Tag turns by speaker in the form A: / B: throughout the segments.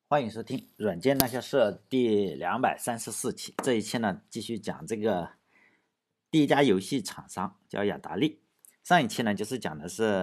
A: 欢迎收听软件那些事第234期。这一期呢，继续讲这个第一家游戏厂商叫雅达利。上一期呢，就是讲的是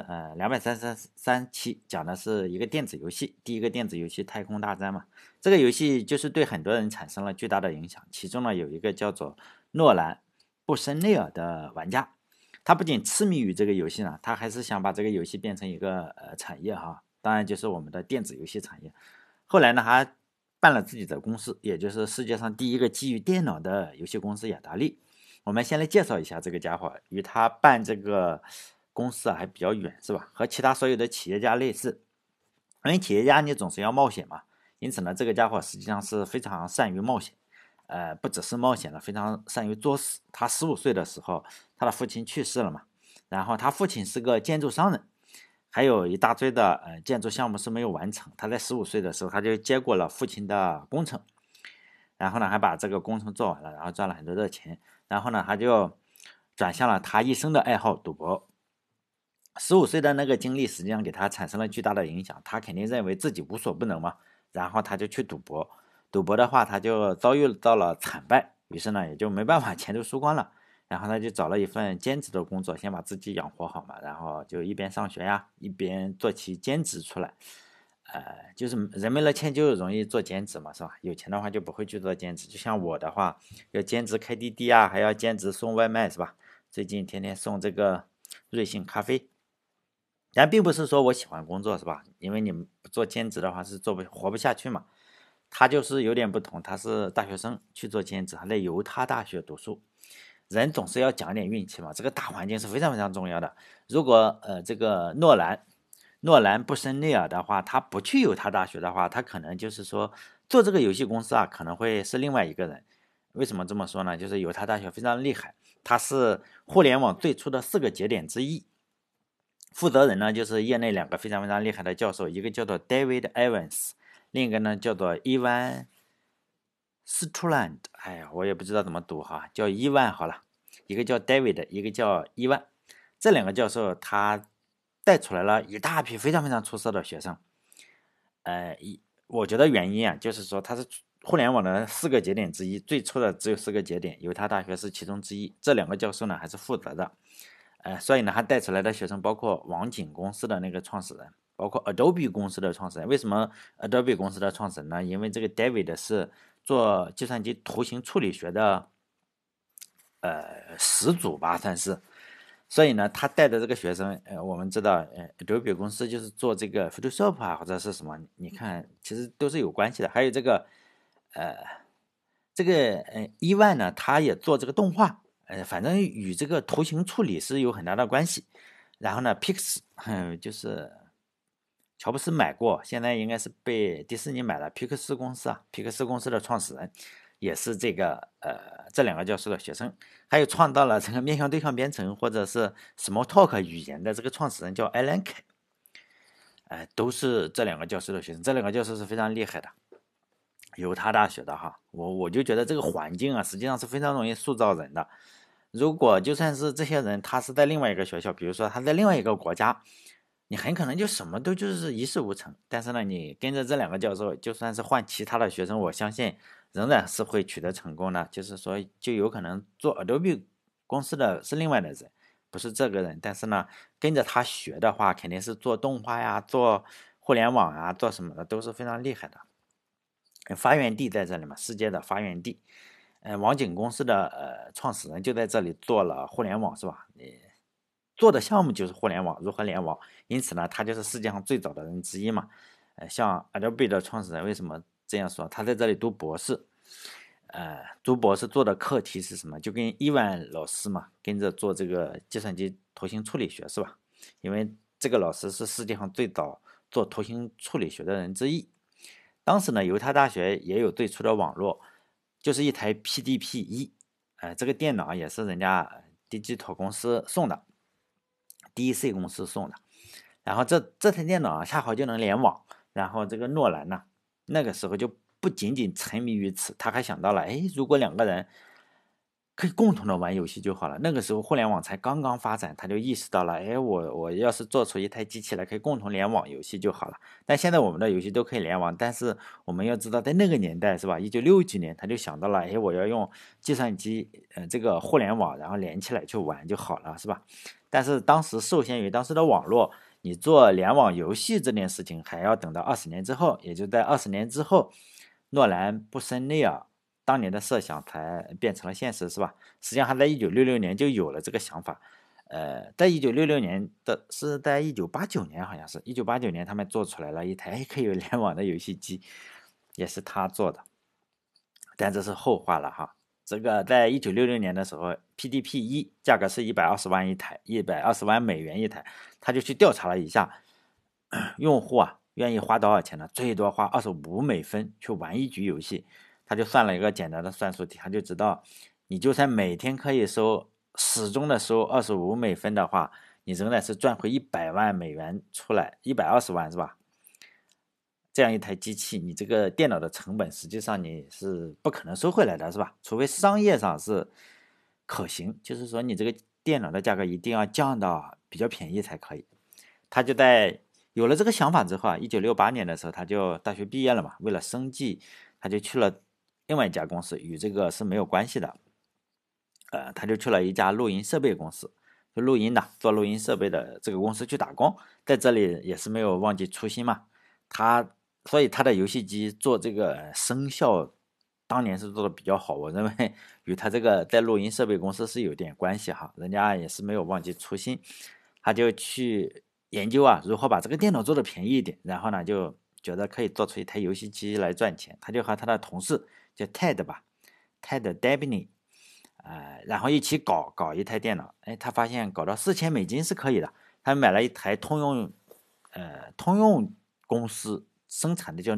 A: 233期，讲的是一个电子游戏，第一个电子游戏《太空大战》嘛。这个游戏就是对很多人产生了巨大的影响，其中呢有一个叫做诺兰·布什内尔的玩家，他不仅痴迷于这个游戏呢，他还是想把这个游戏变成一个产业哈，当然就是我们的电子游戏产业。后来呢，还办了自己的公司，也就是世界上第一个基于电脑的游戏公司雅达利。我们先来介绍一下这个家伙，与他办这个公司还比较远，是吧？和其他所有的企业家类似，因为企业家你总是要冒险嘛，因此呢，这个家伙实际上是非常善于冒险，不只是冒险了，非常善于作死。他15岁的时候，他的父亲去世了嘛，然后他父亲是个建筑商人。还有一大堆的建筑项目是没有完成，他在15岁的时候他就接过了父亲的工程，然后呢还把这个工程做完了，然后赚了很多的钱，然后呢他就转向了他一生的爱好赌博。15岁的那个经历实际上给他产生了巨大的影响，他肯定认为自己无所不能嘛，然后他就去赌博，赌博的话他就遭遇到了惨败，于是呢也就没办法，钱都输光了。然后他就找了一份兼职的工作，先把自己养活好嘛，然后就一边上学呀，一边做起兼职出来。就是人没了钱就容易做兼职嘛，是吧？有钱的话就不会去做兼职。就像我的话，要兼职开滴滴啊，还要兼职送外卖，是吧？最近天天送这个瑞幸咖啡。但并不是说我喜欢工作，是吧？因为你们不做兼职的话是活不下去嘛。他就是有点不同，他是大学生去做兼职，还在犹他大学读书。人总是要讲点运气嘛，这个大环境是非常非常重要的。如果这个诺兰布什内尔的话，他不去犹他大学的话，他可能就是说做这个游戏公司啊，可能会是另外一个人。为什么这么说呢？就是犹他大学非常厉害，它是互联网最初的4个节点之一。负责人呢，就是业内2个非常非常厉害的教授，一个叫做 David Evans， 另一个呢叫做伊万斯图兰，哎呀，我也不知道怎么读哈，叫伊万好了。一个叫 David， 一个叫伊万。这2个教授他带出来了一大批非常非常出色的学生。我觉得原因啊，就是说他是互联网的4个节点之一，最初的只有4个节点，犹他大学是其中之一。这2个教授呢还是负责的。所以呢，他带出来的学生包括网景公司的那个创始人，包括 Adobe 公司的创始人。为什么 Adobe 公司的创始人呢？因为这个 David 是做计算机图形处理学的始祖吧，算是。所以呢，他带的这个学生，我们知道，Adobe 公司就是做这个 Photoshop 啊，或者是什么，你看其实都是有关系的。还有这个伊万呢，他也做这个动画，反正与这个图形处理是有很大的关系。然后呢，Pix，就是乔布斯买过，现在应该是被迪士尼买了。皮克斯公司啊，皮克斯公司的创始人也是这2个教授的学生，还有创造了这个面向对象编程或者是 Smalltalk 语言的这个创始人叫 Alan Kay，都是这2个教授的学生。这2个教授是非常厉害的。犹他大学的哈，我就觉得这个环境啊，实际上是非常容易塑造人的。如果就算是这些人，他是在另外一个学校，比如说他在另外一个国家，你很可能就什么都就是一事无成。但是呢，你跟着这2个教授，就算是换其他的学生，我相信仍然是会取得成功的。就是说，就有可能做 Adobe 公司的是另外的人，不是这个人。但是呢，跟着他学的话，肯定是做动画呀、做互联网啊、做什么的都是非常厉害的。发源地在这里嘛，世界的发源地。网景公司的创始人就在这里做了互联网，是吧？做的项目就是互联网，如何联网，因此呢，他就是世界上最早的人之一嘛。像 Adobe 的创始人为什么这样说？他在这里读博士，读博士做的课题是什么？就跟伊万老师嘛，跟着做这个计算机图形处理学，是吧？因为这个老师是世界上最早做图形处理学的人之一。当时呢，犹他大学也有最初的网络，就是一台 PDP-1，这个电脑也是人家Digital 公司送的，DEC 公司送的。然后这台电脑恰好就能联网。然后这个诺兰呢，那个时候就不仅仅沉迷于此，他还想到了，哎，如果2个人可以共同的玩游戏就好了。那个时候互联网才刚刚发展，他就意识到了，哎，我要是做出一台机器来可以共同联网游戏就好了。但现在我们的游戏都可以联网，但是我们要知道，在那个年代是吧，1960几年他就想到了，哎，我要用计算机这个互联网，然后连起来去玩就好了，是吧？但是当时受限于当时的网络，你做联网游戏这件事情还要等到20年之后，也就在20年之后，诺兰布森内尔当年的设想才变成了现实，是吧？实际上还在1966年就有了这个想法。在1966年的是在1989年，好像是1989年，他们做出来了一台可以联网的游戏机，也是他做的。但这是后话了哈。这个在1966年的时候 ，PDP-1价格是120万一台，120万美元一台，他就去调查了一下，用户啊愿意花多少钱呢？最多花25美分去玩一局游戏。他就算了一个简单的算术题，他就知道，你就算每天可以始终的收25美分的话，你仍然是赚回100万美元出来，120万是吧？这样一台机器，你这个电脑的成本实际上你是不可能收回来的，是吧？除非商业上是可行，就是说你这个电脑的价格一定要降到比较便宜才可以。他就在有了这个想法之后啊，1968年的时候他就大学毕业了嘛，为了生计，他就去了另外一家公司，与这个是没有关系的。他就去了一家录音设备公司，就录音的，做录音设备的这个公司去打工，在这里也是没有忘记初心嘛。所以他的游戏机做这个声效，当年是做的比较好，我认为与他这个在录音设备公司是有点关系哈。人家也是没有忘记初心，他就去研究啊，如何把这个电脑做的便宜一点，然后呢就觉得可以做出一台游戏机来赚钱。他就和他的同事叫 Ted 吧，Ted Dabney。然后一起搞一台电脑，哎，他发现搞到4000美金是可以的。他买了一台通用公司生产的叫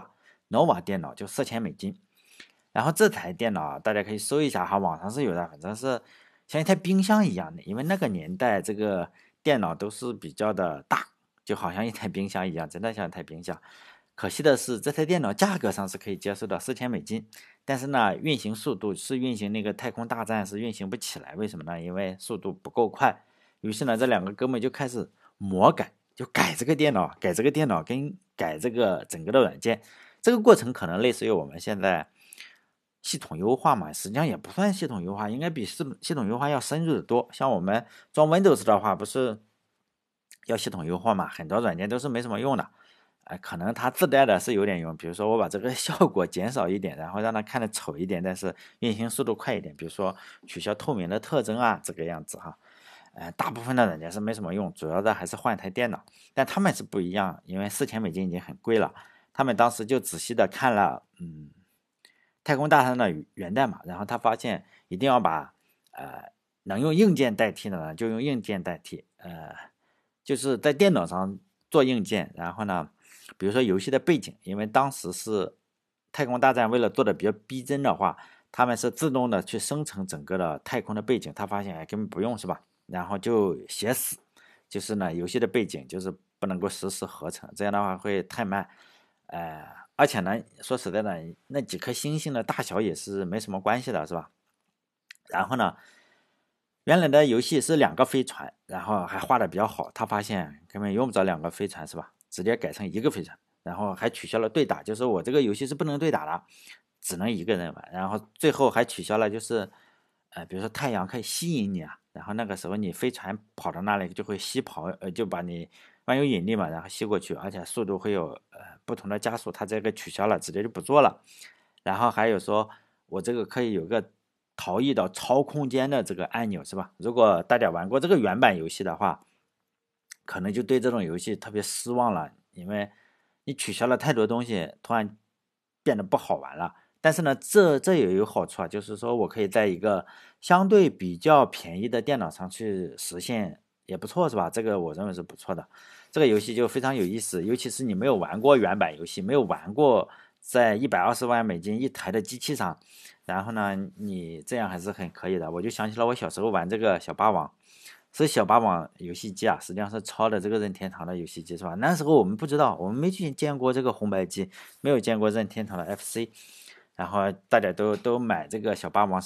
A: Nova 电脑，就4000美金。然后这台电脑大家可以搜一下哈，网上是有的，反正是像一台冰箱一样的，因为那个年代这个电脑都是比较的大，就好像一台冰箱一样，真的像一台冰箱。可惜的是，这台电脑价格上是可以接受到4000美金，但是呢，运行速度是运行那个太空大战是运行不起来，为什么呢？因为速度不够快。于是呢，这两个哥们就开始魔改，就改这个电脑，跟改这个整个的软件。这个过程可能类似于我们现在系统优化嘛，实际上也不算系统优化，应该比系统优化要深入的多。像我们装 Windows 的话，不是要系统优化嘛，很多软件都是没什么用的。可能它自带的是有点用，比如说我把这个效果减少一点，然后让它看着丑一点，但是运行速度快一点，比如说取消透明的特征啊，这个样子哈。大部分的软件是没什么用，主要的还是换一台电脑。但他们是不一样，因为4000美金已经很贵了，他们当时就仔细的看了，太空大战的源代码，然后他发现一定要把能用硬件代替的呢，就用硬件代替，就是在电脑上做硬件，然后呢。比如说游戏的背景，因为当时是太空大战，为了做的比较逼真的话，他们是自动的去生成整个的太空的背景。他发现根本不用是吧？然后就写死，就是呢游戏的背景就是不能够实时合成，这样的话会太慢。而且呢说实在的，那几颗星星的大小也是没什么关系的，是吧？然后呢，原来的游戏是2个飞船，然后还画的比较好，他发现根本用不着2个飞船是吧？直接改成1个飞船，然后还取消了对打，就是我这个游戏是不能对打的，只能1个人玩。然后最后还取消了，就是比如说太阳可以吸引你啊，然后那个时候你飞船跑到那里就会就把你万有引力嘛，然后吸过去，而且速度会有不同的加速，它这个取消了，直接就不做了。然后还有说我这个可以有个逃逸到超空间的这个按钮是吧？如果大家玩过这个原版游戏的话，可能就对这种游戏特别失望了，因为你取消了太多东西，突然变得不好玩了。但是呢，这也有好处啊，就是说我可以在一个相对比较便宜的电脑上去实现，也不错是吧？这个我认为是不错的。这个游戏就非常有意思，尤其是你没有玩过原版游戏，没有玩过在120万美金一台的机器上，然后呢，你这样还是很可以的。我就想起了我小时候玩这个小霸王。所以小霸王游戏机啊，实际上是抄的这个任天堂的游戏机，是吧？那时候我们不知道，我们没去见过这个红白机，没有见过任天堂的 FC，然后大家都买这个小霸王是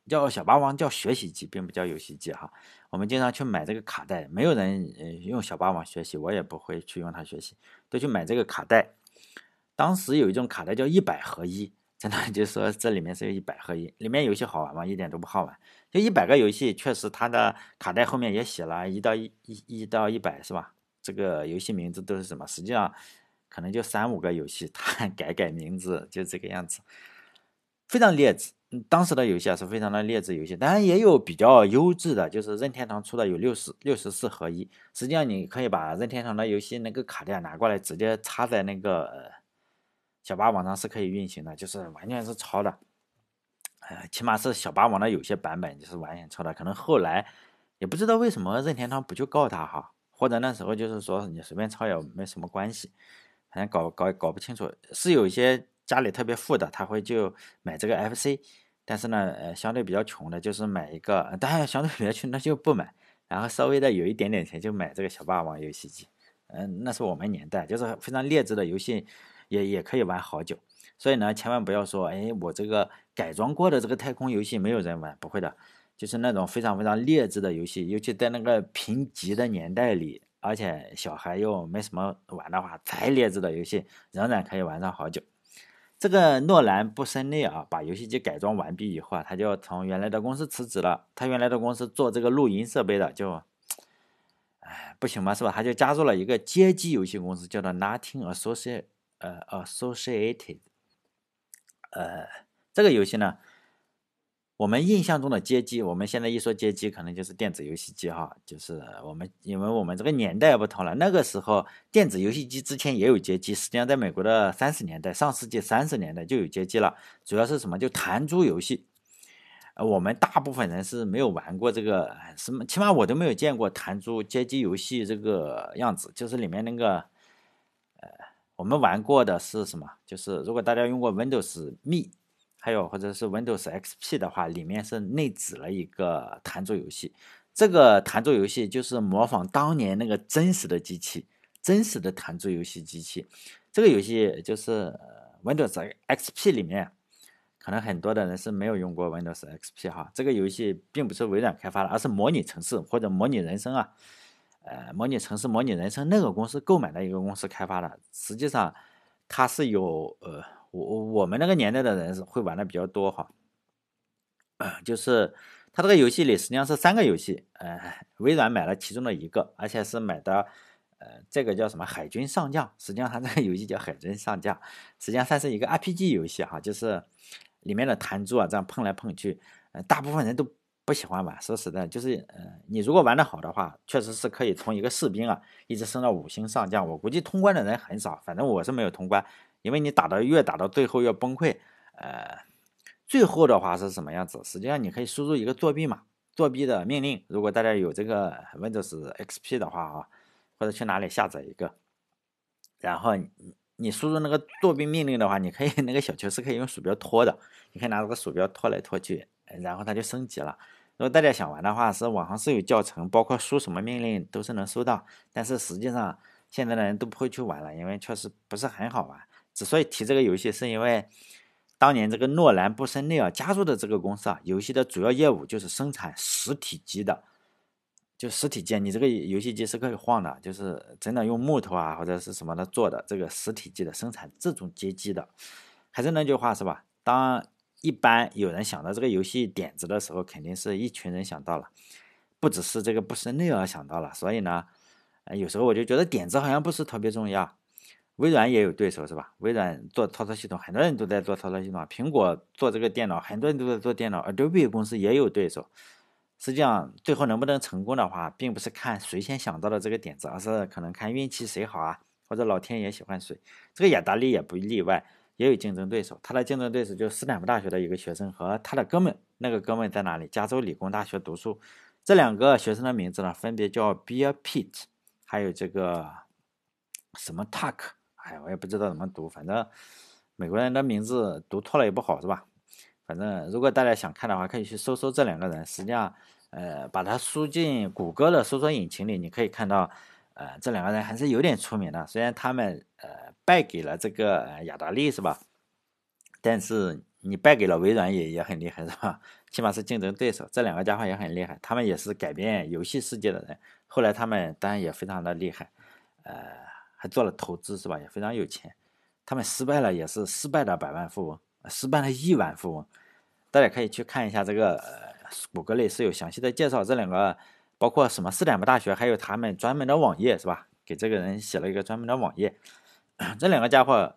A: 叫小霸王叫学习机，并不叫游戏机哈。我们经常去买这个卡带，没有人用小霸王学习，我也不会去用它学习，都去买这个卡带。当时有一种卡带叫100合一，真的就是说这里面是有100合一，里面游戏好玩吗？一点都不好玩。就100个游戏，确实它的卡带后面也写了1到100是吧？这个游戏名字都是什么？实际上可能就3、5个游戏，它改名字就这个样子，非常劣质。当时的游戏是非常的劣质游戏，当然也有比较优质的，就是任天堂出的有64合一。实际上你可以把任天堂的游戏那个卡带拿过来，直接插在那个小霸王上是可以运行的，就是完全是抄的。起码是小霸王的有些版本就是完全抄的，可能后来也不知道为什么任天堂不去告他哈，或者那时候就是说你随便抄也没什么关系，反正搞不清楚。是有一些家里特别富的，他会就买这个 FC， 但是呢，相对比较穷的，就是买一个，当然相对比较穷那就不买，然后稍微的有一点点钱就买这个小霸王游戏机。那是我们年代，就是非常劣质的游戏，也可以玩好久。所以呢，千万不要说，哎，我这个改装过的这个太空游戏没有人玩，不会的，就是那种非常非常劣质的游戏，尤其在那个评级的年代里，而且小孩又没什么玩的话，再劣质的游戏仍然可以玩上好久。这个诺兰布森内啊，把游戏机改装完毕以后啊，他就从原来的公司辞职了。他原来的公司做这个录音设备的，就，哎，不行嘛，是吧？他就加入了一个街机游戏公司，叫做 Nothing Associated。这个游戏呢，我们印象中的街机，我们现在一说街机，可能就是电子游戏机哈，就是因为我们这个年代不同了，那个时候电子游戏机之前也有街机，实际上在美国的30年代，上世纪30年代就有街机了，主要是什么？就弹珠游戏。我们大部分人是没有玩过这个什么，起码我都没有见过弹珠街机游戏这个样子，就是里面那个，我们玩过的是什么？就是如果大家用过 Windows Me，还有或者是 Windows XP 的话，里面是内置了一个弹珠游戏。这个弹珠游戏就是模仿当年那个真实的机器，真实的弹珠游戏机器。这个游戏就是Windows XP 里面，可能很多的人是没有用过 Windows XP 哈。这个游戏并不是微软开发的，而是模拟城市或者模拟人生啊。模拟城市、模拟人生那个公司购买的一个公司开发的，实际上它是有我们那个年代的人是会玩的比较多哈，就是它这个游戏里实际上是3个游戏，微软买了其中的一个，而且是买的这个叫什么海军上将，实际上它这个游戏叫海军上将，实际上它是一个 RPG 游戏哈，就是里面的弹珠啊这样碰来碰去，大部分人都不喜欢玩，说实在，就是你如果玩得好的话，确实是可以从一个士兵啊一直升到5星上将。我估计通关的人很少，反正我是没有通关，因为你越打到最后越崩溃。最后的话是什么样子？实际上你可以输入一个作弊码，作弊的命令。如果大家有这个 Windows XP 的话啊，或者去哪里下载一个，然后你输入那个作弊命令的话，你可以那个小球是可以用鼠标拖的，你可以拿这个鼠标拖来拖去，然后它就升级了。如果大家想玩的话，是网上是有教程，包括输什么命令都是能搜到。但是实际上现在的人都不会去玩了，因为确实不是很好玩。之所以提这个游戏，是因为当年这个诺兰布森内尔加入的这个公司啊，游戏的主要业务就是生产实体机的。就实体机，你这个游戏机是可以晃的，就是真的用木头啊或者是什么的做的这个实体机的生产这种街机的。还是那句话是吧？当一般有人想到这个游戏点子的时候，肯定是一群人想到了，不只是这个布什内尔想到了。所以呢，有时候我就觉得点子好像不是特别重要。微软也有对手是吧？微软做操作系统，很多人都在做操作系统。苹果做这个电脑，很多人都在做电脑。Adobe 公司也有对手。实际上，最后能不能成功的话，并不是看谁先想到的这个点子，而是可能看运气谁好啊，或者老天爷喜欢谁。这个雅达利也不例外，也有竞争对手。他的竞争对手就是斯坦福大学的一个学生和他的哥们，那个哥们在哪里？加州理工大学读书。这2个学生的名字呢，分别叫 Bill Pitt， 还有这个什么 Tuck， 哎，我也不知道怎么读，反正美国人的名字读错了也不好，是吧？反正如果大家想看的话，可以去搜搜这2个人。实际上，把它输进谷歌的搜索引擎里，你可以看到，这2个人还是有点出名的。虽然他们败给了这个雅达利，是吧？但是你败给了微软也很厉害是吧？起码是竞争对手。这两个家伙也很厉害，他们也是改变游戏世界的人。后来他们当然也非常的厉害，还做了投资是吧？也非常有钱。他们失败了也是失败的百万富翁，失败了亿万富翁。大家可以去看一下这个谷歌里是有详细的介绍，这两个包括什么斯坦福大学，还有他们专门的网页是吧？给这个人写了一个专门的网页。这两个家伙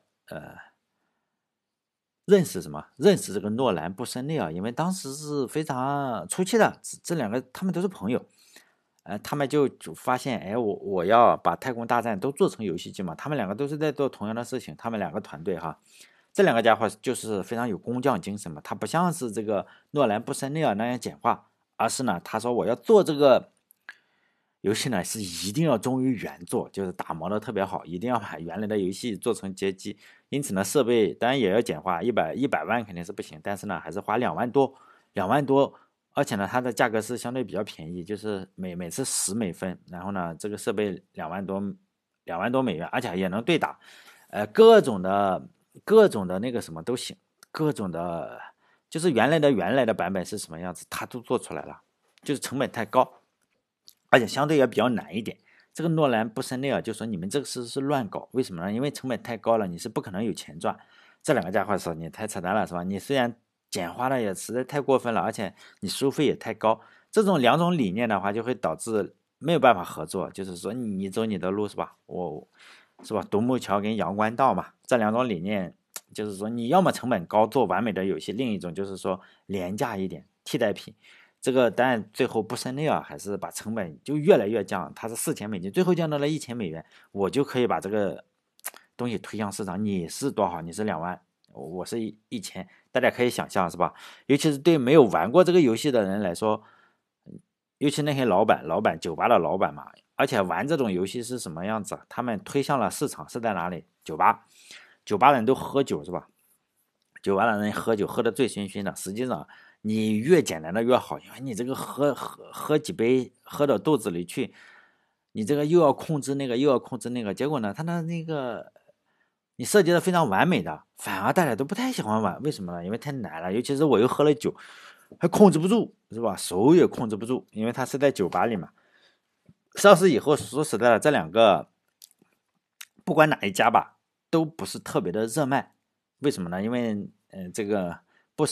A: 认识什么？认识这个诺兰布森内尔，因为当时是非常初期的，这两个他们都是朋友。他们就发现，哎，我要把太空大战都做成游戏机嘛。他们两个都是在做同样的事情，他们两个团队哈，这两个家伙就是非常有工匠精神嘛。他不像是这个诺兰布森内尔那样简化，而是呢，他说我要做这个游戏呢，是一定要忠于原作，就是打磨的特别好，一定要把原来的游戏做成街机。因此呢，设备当然也要简化，100万肯定是不行，但是呢，还是花2万多，而且呢，它的价格是相对比较便宜，就是每次$10，然后呢，这个设备2万多美元，而且也能对打，各种的那个什么都行，各种的，就是原来的版本是什么样子，它都做出来了，就是成本太高。而且相对也比较难一点。这个诺兰布森内尔就说你们这个是乱搞，为什么呢？因为成本太高了，你是不可能有钱赚。这两个家伙说你太扯淡了是吧？你虽然简化的也实在太过分了，而且你收费也太高。这种两种理念的话，就会导致没有办法合作。就是说你走你的路是吧？是吧？独木桥跟阳关道嘛，这两种理念就是说你要么成本高做完美的游戏，另一种就是说廉价一点替代品。这个当然最后布森内尔还是把成本就越来越降，它是$4000，最后降到了$1000，我就可以把这个东西推向市场。你是多少？你是2万，我是1000，大家可以想象是吧？尤其是对没有玩过这个游戏的人来说，尤其那些老板，酒吧的老板嘛，而且玩这种游戏是什么样子？他们推向了市场是在哪里？酒吧，酒吧人都喝酒是吧？酒吧的人喝酒喝得醉醺醺的，实际上你越简单的越好，因为你这个喝几杯喝到肚子里去，你这个又要控制那个又要控制那个，结果呢，他的那个你设计的非常完美的，反而大家都不太喜欢玩，为什么呢？因为太难了，尤其是我又喝了酒，还控制不住，是吧？手也控制不住，因为他是在酒吧里嘛。上市以后，说实在的，这两个不管哪一家吧，都不是特别的热卖。为什么呢？因为这个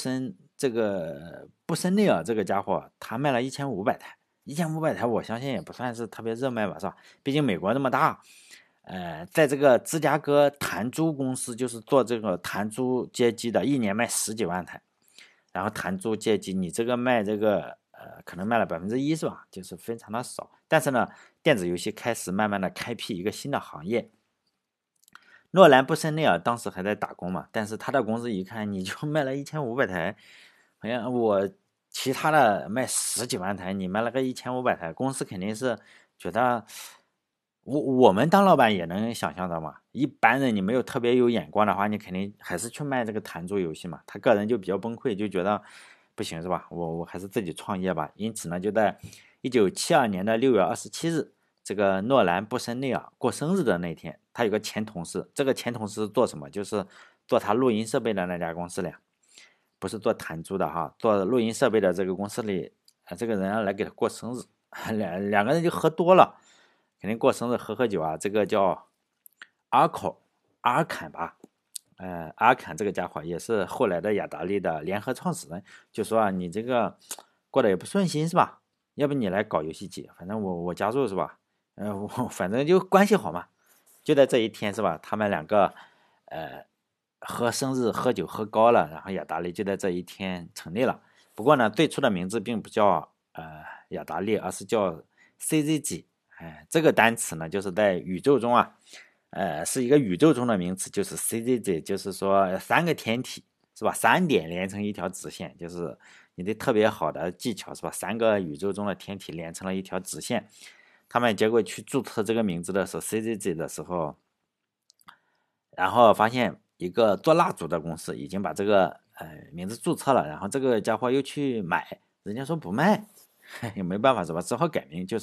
A: 布森内尔这个家伙，他卖了1500台，1500台，我相信也不算是特别热卖吧，是吧？毕竟美国那么大，在这个芝加哥弹珠公司就是做这个弹珠街机的，一年卖10几万台，然后弹珠街机，你这个卖这个可能卖了1%是吧？就是非常的少。但是呢，电子游戏开始慢慢的开辟一个新的行业。诺兰布森内尔当时还在打工嘛，但是他的公司一看你就卖了1500台，好像我其他的卖10几万台，你卖了个1500台，公司肯定是觉得我们当老板也能想象到嘛，一般人你没有特别有眼光的话，你肯定还是去卖这个弹珠游戏嘛。他个人就比较崩溃，就觉得不行是吧？我还是自己创业吧。因此呢，就在1972年的6月27日。这个诺兰布森内尔过生日的那天，他有个前同事，这个前同事做什么？就是做他录音设备的那家公司里，不是做弹珠的哈，做录音设备的这个公司里，这个人来给他过生日，两个人就喝多了，肯定过生日喝酒啊。这个叫阿坎吧，阿坎这个家伙也是后来的雅达利的联合创始人，就说啊，你这个过得也不顺心是吧？要不你来搞游戏机，反正我加入是吧？我反正就关系好嘛，就在这一天是吧？他们两个，喝生日喝酒喝高了，然后雅达利就在这一天成立了。不过呢，最初的名字并不叫雅达利，而是叫 CZG。这个单词呢，就是在宇宙中啊，是一个宇宙中的名词，就是 CZG，就是说3个天体是吧？3点连成一条直线，就是你的特别好的技巧是吧？3个宇宙中的天体连成了一条直线。他们结果去注册这个名字的时候 ，CZG 的时候，然后发现一个做蜡烛的公司已经把这个名字注册了，然后这个家伙又去买，人家说不卖，也没办法是吧？只好改名，就是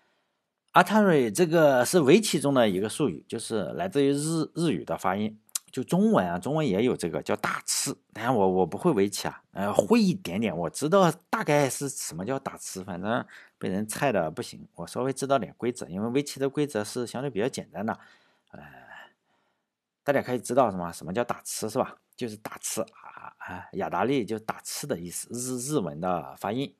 A: Atari。Atari 这个是围棋中的一个术语，就是来自于日语的发音， 就中文啊，中文也有这个叫打吃，当然我不会围棋啊，会一点点，我知道大概是什么叫打吃，反正被人菜的不行，我稍微知道点规则，因为围棋的规则是相对比较简单的，大家可以知道什么叫打吃是吧？就是打吃雅达利就打吃的意思，日文的发音。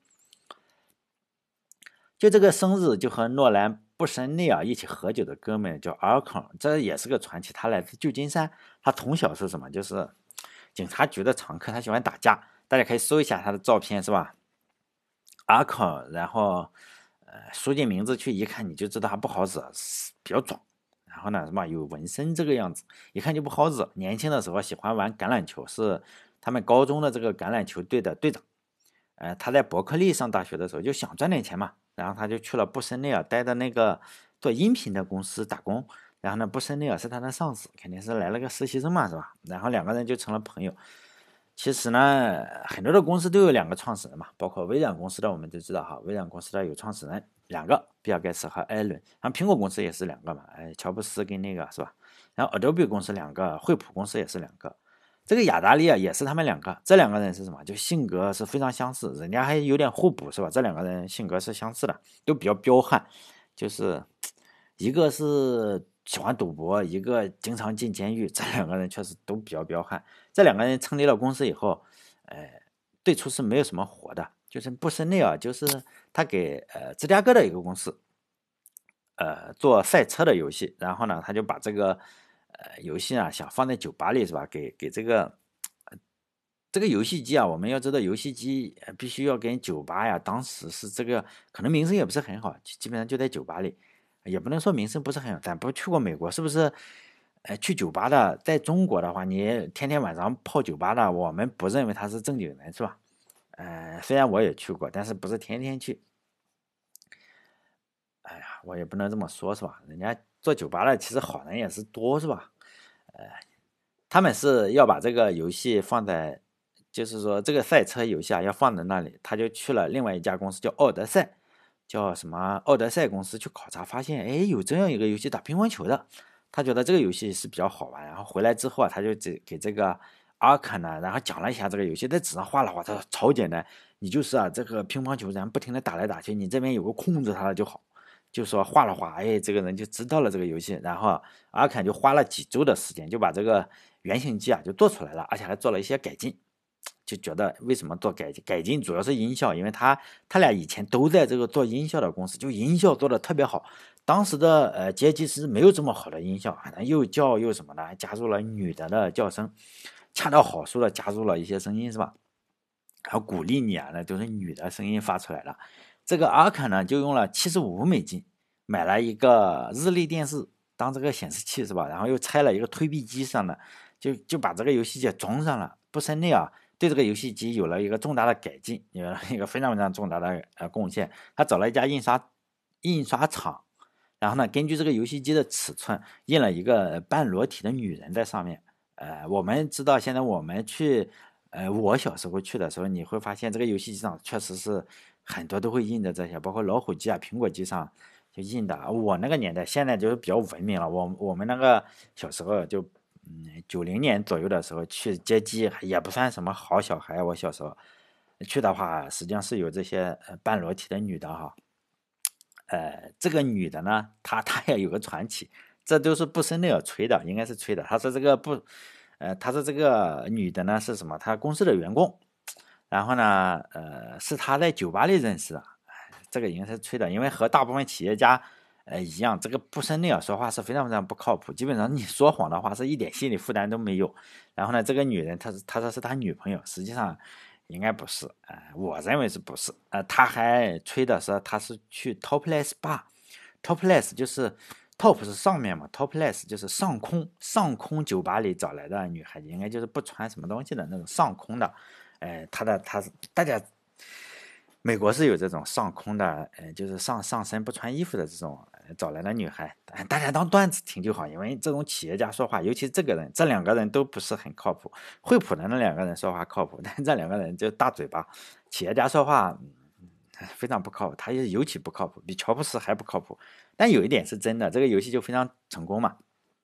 A: 就这个生日就和诺兰布什内尔一起喝酒的哥们叫阿康，这也是个传奇。他来自旧金山，他从小是什么？就是警察局的常客，他喜欢打架。大家可以搜一下他的照片，是吧？阿康，然后输进名字去一看，你就知道他不好惹，比较壮。然后呢，什么有纹身这个样子，一看就不好惹。年轻的时候喜欢玩橄榄球，是他们高中的这个橄榄球队的队长。他在伯克利上大学的时候就想赚点钱嘛，然后他就去了布什内尔待的那个做音频的公司打工。然后呢，布什内尔是他的上司，肯定是来了个实习生嘛，是吧？然后两个人就成了朋友。其实呢，很多的公司都有两个创始人嘛，包括微软公司的我们就知道哈，微软公司的有创始人两个，比尔盖茨和艾伦。然后苹果公司也是两个嘛，乔布斯跟那个是吧？然后 Adobe 公司两个，惠普公司也是两个。这个雅达利啊，也是他们两个，这两个人是什么？就性格是非常相似，人家还有点互补，是吧？这两个人性格是相似的，都比较彪悍，就是一个是喜欢赌博，一个经常进监狱，这两个人确实都比较彪悍。这两个人成立了公司以后，最初是没有什么活的，就是布什内尔，就是他给芝加哥的一个公司，做赛车的游戏，然后呢，他就把这个游戏啊想放在酒吧里是吧？给这个游戏机啊，我们要知道游戏机必须要跟酒吧呀，当时是这个可能名声也不是很好，基本上就在酒吧里，也不能说名声不是很好，咱不去过美国，是不是？去酒吧的，在中国的话，你天天晚上泡酒吧的，我们不认为他是正经人，是吧？虽然我也去过，但是不是天天去。哎呀，我也不能这么说，是吧？人家做酒吧的其实好人也是多，是吧？他们是要把这个游戏放在，就是说这个赛车游戏啊要放在那里，他就去了另外一家公司叫奥德赛，叫什么奥德赛公司去考察，发现哎有这样一个游戏打乒乓球的，他觉得这个游戏是比较好玩，然后回来之后啊，他就给这个阿肯呢，然后讲了一下这个游戏，在纸上画了画，他说超简单，你就是啊这个乒乓球咱不停的打来打去，你这边有个控制它的就好。就说画了画，哎，这个人就知道了这个游戏，然后阿肯就花了几周的时间就把这个原型机啊就做出来了，而且还做了一些改进。就觉得为什么做改进？改进主要是音效，因为他俩以前都在这个做音效的公司，就音效做的特别好。当时的街机是没有这么好的音效，反正又叫又什么的，还加入了女的叫声，恰到好处的加入了一些声音，是吧？然后鼓励你啊，那都是女的声音发出来了。这个阿肯呢，就用了75美金买了一个日立电视当这个显示器是吧？然后又拆了一个推币机上的，就把这个游戏机装上了。布森内啊，对这个游戏机有了一个重大的改进，有了一个非常非常重大的贡献。他找了一家印刷厂，然后呢，根据这个游戏机的尺寸，印了一个半裸体的女人在上面。我们知道现在我们去。我小时候去的时候，你会发现这个游戏机上确实是很多都会印的这些，包括老虎机啊、苹果机上就印的。我那个年代现在就是比较文明了，我们那个小时候就90年左右的时候去接机也不算什么好小孩。我小时候去的话，实际上是有这些半裸体的女的哈。这个女的呢，她也有个传奇，这都是布森内尔吹的，应该是吹的。他说这个不，他说这个女的呢是什么？他公司的员工，然后呢，是他在酒吧里认识的。这个应该是吹的，因为和大部分企业家，一样，这个布森内尔说话是非常非常不靠谱，基本上你说谎的话是一点心理负担都没有。然后呢，这个女人他说是他女朋友，实际上应该不是，我认为是不是？他还吹的是他是去 Topless Bar，Topless 就是 Top 是上面嘛，Topless 就是上空酒吧里找来的女孩子，应该就是不穿什么东西的那种上空的，他大家美国是有这种上空的，就是上身不穿衣服的这种找来的女孩，大家当段子听就好，因为这种企业家说话，尤其这个人，这两个人都不是很靠谱。惠普的那两个人说话靠谱，但这两个人就大嘴巴，企业家说话非常不靠谱，他也尤其不靠谱，比乔布斯还不靠谱。但有一点是真的，这个游戏就非常成功嘛。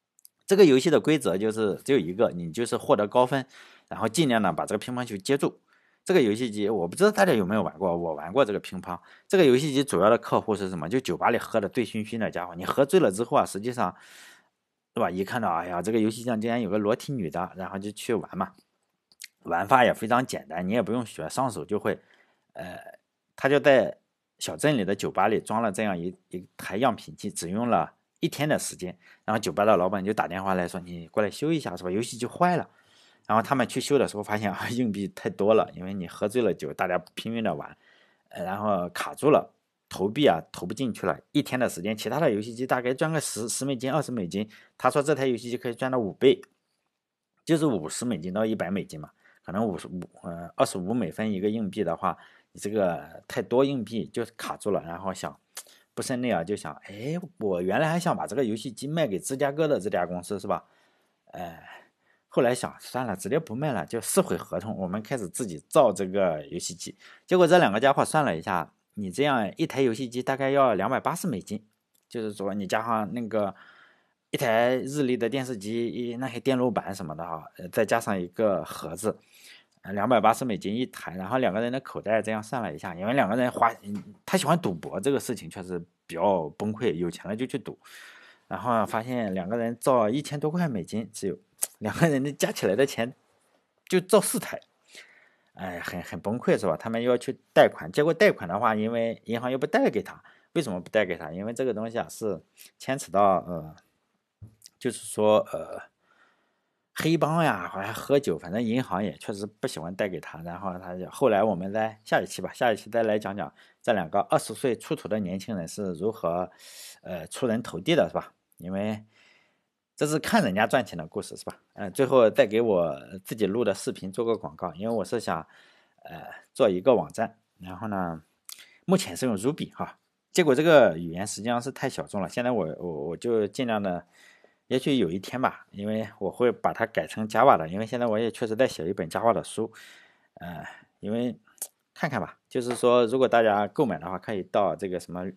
A: 这个游戏的规则就是只有一个，你就是获得高分，然后尽量的把这个乒乓球接住。这个游戏机我不知道大家有没有玩过，我玩过这个乒乓。这个游戏机主要的客户是什么？就酒吧里喝的醉醺醺的家伙，你喝醉了之后啊，实际上，对吧？一看到哎呀，这个游戏上竟然有个裸体女的，然后就去玩嘛。玩法也非常简单，你也不用学，上手就会。呃，他就在小镇里的酒吧里装了这样一台样品机，只用了1天的时间。然后酒吧的老板就打电话来说：“你过来修一下，是吧？游戏机坏了。”然后他们去修的时候发现啊，硬币太多了，因为你喝醉了酒，大家拼命的玩，然后卡住了，投币啊投不进去了。1天的时间，其他的游戏机大概赚个十美金、20美金，他说这台游戏机可以赚到5倍，就是50美金到100美金嘛。可能25美分一个硬币的话，你这个太多硬币就卡住了，然后想不胜内啊，就想，哎，我原来还想把这个游戏机卖给芝加哥的这家公司是吧？后来想算了，直接不卖了，就撕毁合同，我们开始自己造这个游戏机。结果这两个家伙算了一下，你这样一台游戏机大概要280美金，就是说你加上那个一台日立的电视机，那些电路板什么的哈，再加上一个盒子，280美金一台。然后两个人的口袋这样算了一下，因为两个人他喜欢赌博这个事情确实比较崩溃，有钱了就去赌。然后发现两个人造1000多块美金，只有两个人的加起来的钱就造4台，哎，很崩溃是吧？他们又要去贷款，结果贷款的话，因为银行又不贷给他，为什么不贷给他？因为这个东西啊是牵扯到就是说黑帮呀，好像喝酒，反正银行也确实不喜欢贷给他。然后他就后来我们在下一期吧，下一期再来讲讲这两个20岁出头的年轻人是如何出人头地的，是吧？因为这是看人家赚钱的故事，是吧？最后再给我自己录的视频做个广告，因为我是想做一个网站，然后呢，目前是用 Ruby 哈，结果这个语言实际上是太小众了，现在我就尽量的。也许有一天吧，因为我会把它改成 Java 的，因为现在我也确实在写一本 Java 的书，因为看看吧，就是说如果大家购买的话，可以到这个什么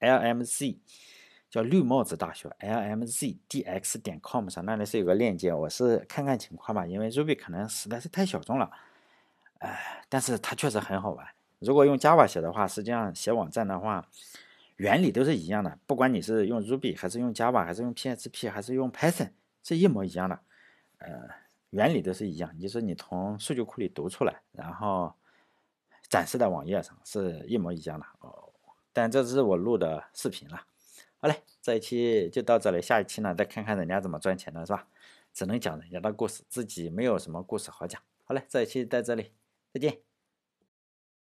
A: LMZ，叫绿帽子大学 LMZDX.com 上，那里是有个链接，我是看看情况吧，因为 Ruby 可能实在是太小众了，但是它确实很好玩。如果用 Java 写的话，实际上写网站的话，原理都是一样的，不管你是用 Ruby 还是用 Java 还是用 PHP 还是用 Python，是一模一样的，原理都是一样，就是你从数据库里读出来，然后展示在网页上是一模一样的哦。但这是我录的视频了。好嘞，这一期就到这里，下一期呢再看看人家怎么赚钱的，是吧？只能讲人家的故事，自己没有什么故事好讲。好嘞，这一期在这里，再见。